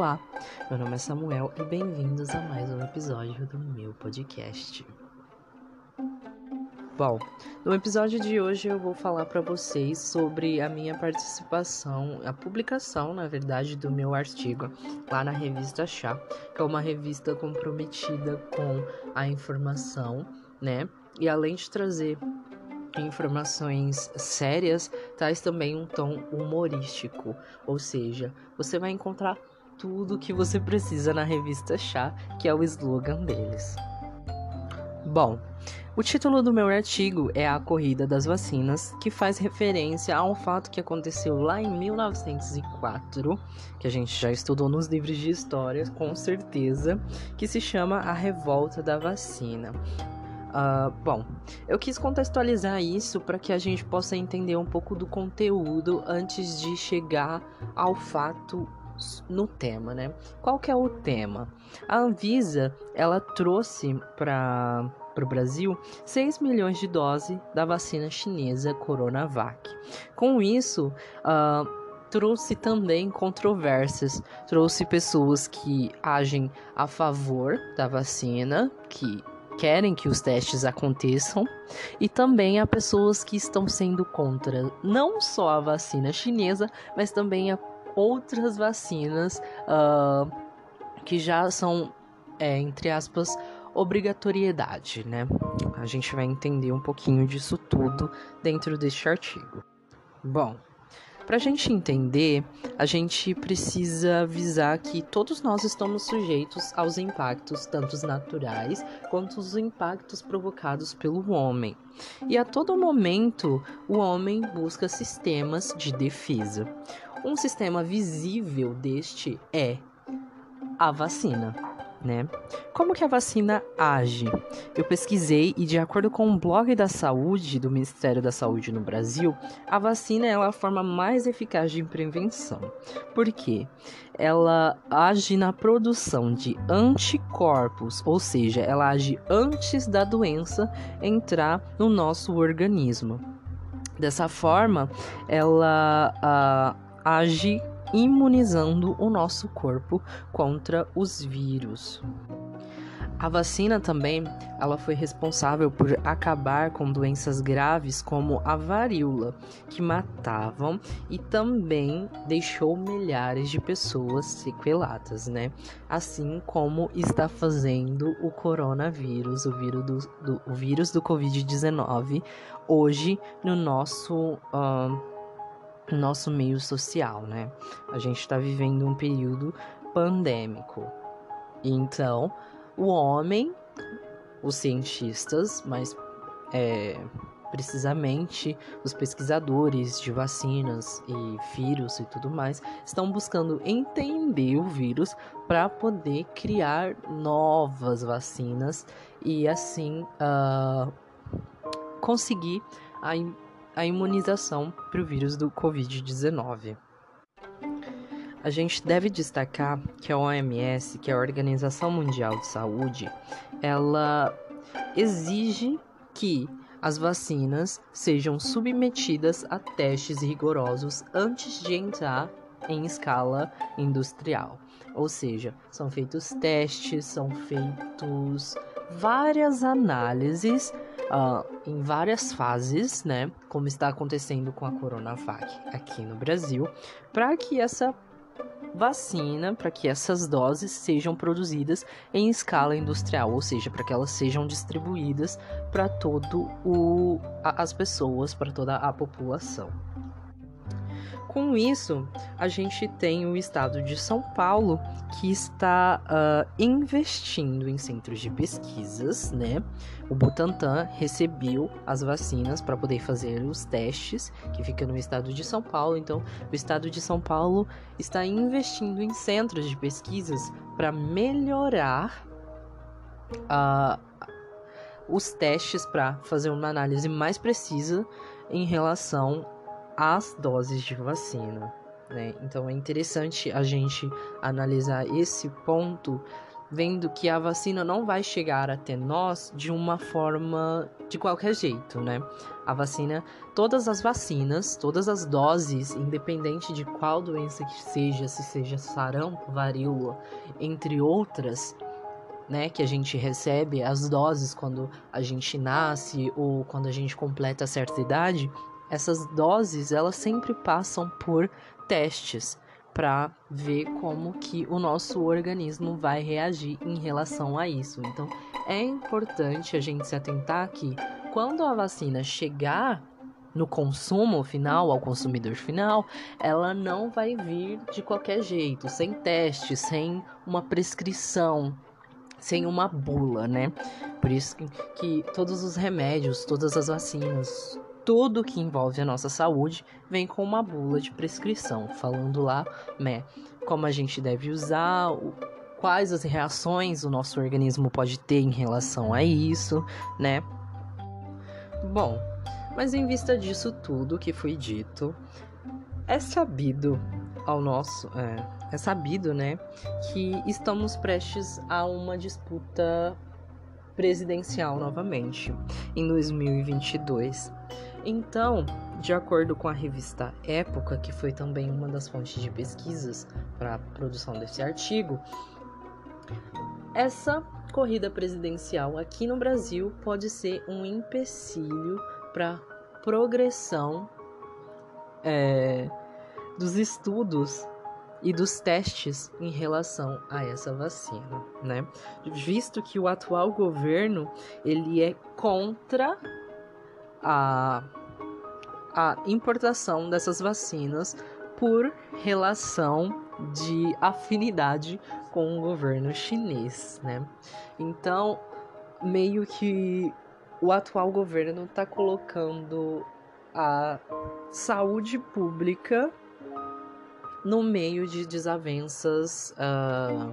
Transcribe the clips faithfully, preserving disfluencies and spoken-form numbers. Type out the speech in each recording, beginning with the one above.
Olá, meu nome é Samuel e bem-vindos a mais um episódio do meu podcast. Bom, no episódio de hoje eu vou falar para vocês sobre a minha participação, a publicação, na verdade, do meu artigo lá na revista Chá, que é uma revista comprometida com a informação, né? E além de trazer informações sérias, traz também um tom humorístico, ou seja, você vai encontrar tudo que você precisa na revista Chá, que é o slogan deles. Bom, o título do meu artigo é A Corrida das Vacinas, que faz referência a um fato que aconteceu lá em mil novecentos e quatro, que a gente já estudou nos livros de história, com certeza, que se chama a Revolta da Vacina. Uh, bom, eu quis contextualizar isso para que a gente possa entender um pouco do conteúdo antes de chegar ao fato no tema, né? Qual que é o tema? A Anvisa, ela trouxe para o Brasil seis milhões de doses da vacina chinesa Coronavac. Com isso, uh, trouxe também controvérsias, trouxe pessoas que agem a favor da vacina, que querem que os testes aconteçam, e também há pessoas que estão sendo contra não só a vacina chinesa, mas também a outras vacinas uh, que já são, é, entre aspas, obrigatoriedade, né? A gente vai entender um pouquinho disso tudo dentro deste artigo. Bom, para a gente entender, a gente precisa avisar que todos nós estamos sujeitos aos impactos, tanto os naturais quanto os impactos provocados pelo homem. E a todo momento, o homem busca sistemas de defesa. Um sistema visível deste é a vacina, né? Como que a vacina age? Eu pesquisei e, de acordo com o blog da saúde do Ministério da Saúde no Brasil, a vacina é a forma mais eficaz de prevenção. Por quê? Ela age na produção de anticorpos, ou seja, ela age antes da doença entrar no nosso organismo. Dessa forma, ela uh, age imunizando o nosso corpo contra os vírus. A vacina também, ela foi responsável por acabar com doenças graves como a varíola, que matavam e também deixou milhares de pessoas sequeladas, né? Assim como está fazendo o coronavírus, o vírus do, do, o vírus do covid dezenove, hoje no nosso... Uh, nosso meio social, né? A gente está vivendo um período pandêmico. Então, o homem, os cientistas, mas é, precisamente os pesquisadores de vacinas e vírus e tudo mais, estão buscando entender o vírus para poder criar novas vacinas e assim uh, conseguir a a imunização para o vírus do covid dezenove. A gente deve destacar que a O M S, que é a Organização Mundial de Saúde, ela exige que as vacinas sejam submetidas a testes rigorosos antes de entrar em escala industrial. Ou seja, são feitos testes, são feitos várias análises Uh, em várias fases, né, como está acontecendo com a Coronavac aqui no Brasil, para que essa vacina, para que essas doses sejam produzidas em escala industrial, ou seja, para que elas sejam distribuídas para todo o a, as pessoas, para toda a população. Com isso, a gente tem o estado de São Paulo, que está uh, investindo em centros de pesquisas, né? O Butantan recebeu as vacinas para poder fazer os testes, que fica no estado de São Paulo. Então, o estado de São Paulo está investindo em centros de pesquisas para melhorar uh, os testes, para fazer uma análise mais precisa em relação as doses de vacina, né? Então é interessante a gente analisar esse ponto vendo que a vacina não vai chegar até nós de uma forma de qualquer jeito, né? A vacina, todas as vacinas, todas as doses, independente de qual doença que seja, se seja sarampo, varíola, entre outras, né, que a gente recebe as doses quando a gente nasce ou quando a gente completa certa idade, essas doses, elas sempre passam por testes para ver como que o nosso organismo vai reagir em relação a isso. Então, é importante a gente se atentar que quando a vacina chegar no consumo final, ao consumidor final, ela não vai vir de qualquer jeito, sem teste, sem uma prescrição, sem uma bula, né? Por isso que, que todos os remédios, todas as vacinas, tudo que envolve a nossa saúde vem com uma bula de prescrição, falando lá, né, como a gente deve usar, o, quais as reações o nosso organismo pode ter em relação a isso, né? Bom, mas em vista disso tudo que foi dito, é sabido ao nosso, é, é sabido, né, que estamos prestes a uma disputa presidencial novamente em dois mil e vinte e dois. Então, de acordo com a revista Época, que foi também uma das fontes de pesquisas para a produção desse artigo, essa corrida presidencial aqui no Brasil pode ser um empecilho para progressão é, dos estudos e dos testes em relação a essa vacina, né? Visto que o atual governo, ele é contra a, a importação dessas vacinas por relação de afinidade com o governo chinês, né? Então, meio que o atual governo está colocando a saúde pública no meio de desavenças, uh,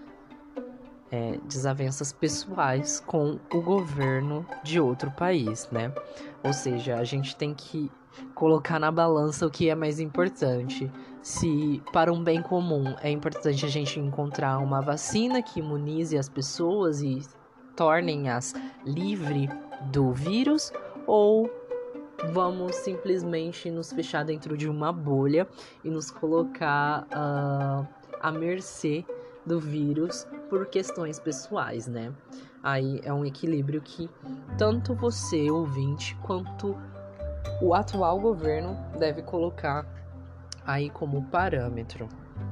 é, desavenças pessoais com o governo de outro país, né? Ou seja, a gente tem que colocar na balança o que é mais importante. Se para um bem comum é importante a gente encontrar uma vacina que imunize as pessoas e tornem-as livres do vírus, ou vamos simplesmente nos fechar dentro de uma bolha e nos colocar uh, à mercê do vírus por questões pessoais, né? Aí é um equilíbrio que tanto você, ouvinte, quanto o atual governo deve colocar aí como parâmetro.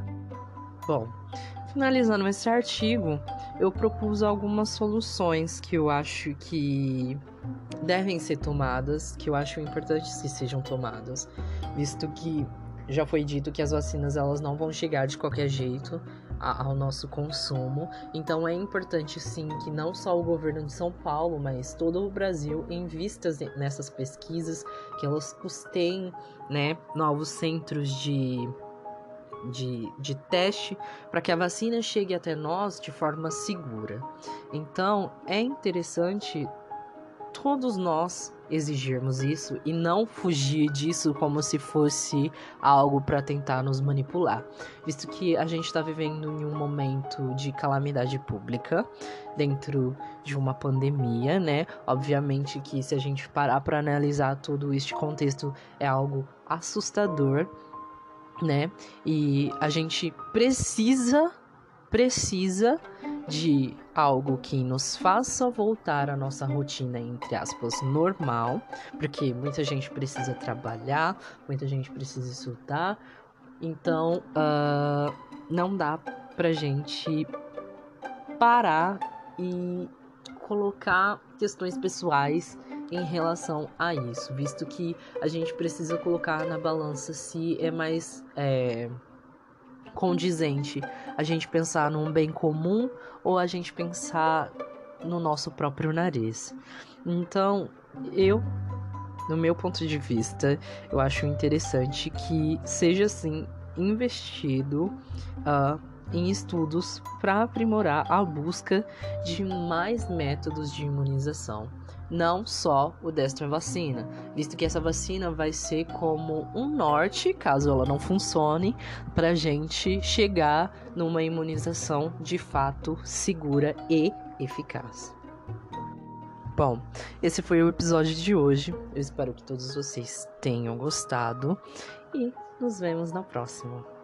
Bom, finalizando esse artigo, eu propus algumas soluções que eu acho que devem ser tomadas, que eu acho importante que sejam tomadas, visto que já foi dito que as vacinas elas não vão chegar de qualquer jeito ao nosso consumo. Então é importante sim que não só o governo de São Paulo, mas todo o Brasil invista nessas pesquisas, que elas custeiem, né, novos centros de De, de teste para que a vacina chegue até nós de forma segura. Então, é interessante todos nós exigirmos isso e não fugir disso como se fosse algo para tentar nos manipular, visto que a gente está vivendo em um momento de calamidade pública dentro de uma pandemia, né? Obviamente que se a gente parar para analisar todo este contexto é algo assustador, né? E a gente precisa, precisa de algo que nos faça voltar à nossa rotina, entre aspas, normal, porque muita gente precisa trabalhar, muita gente precisa estudar, então uh, não dá pra gente parar e colocar questões pessoais em relação a isso, visto que a gente precisa colocar na balança se é mais é, condizente a gente pensar num bem comum ou a gente pensar no nosso próprio nariz. Então, eu, no meu ponto de vista, eu acho interessante que seja, assim, investido uh, em estudos para aprimorar a busca de mais métodos de imunização. não só o desta vacina, visto que essa vacina vai ser como um norte, caso ela não funcione, para a gente chegar numa imunização de fato segura e eficaz. Bom, esse foi o episódio de hoje. Eu espero que todos vocês tenham gostado e nos vemos na próxima.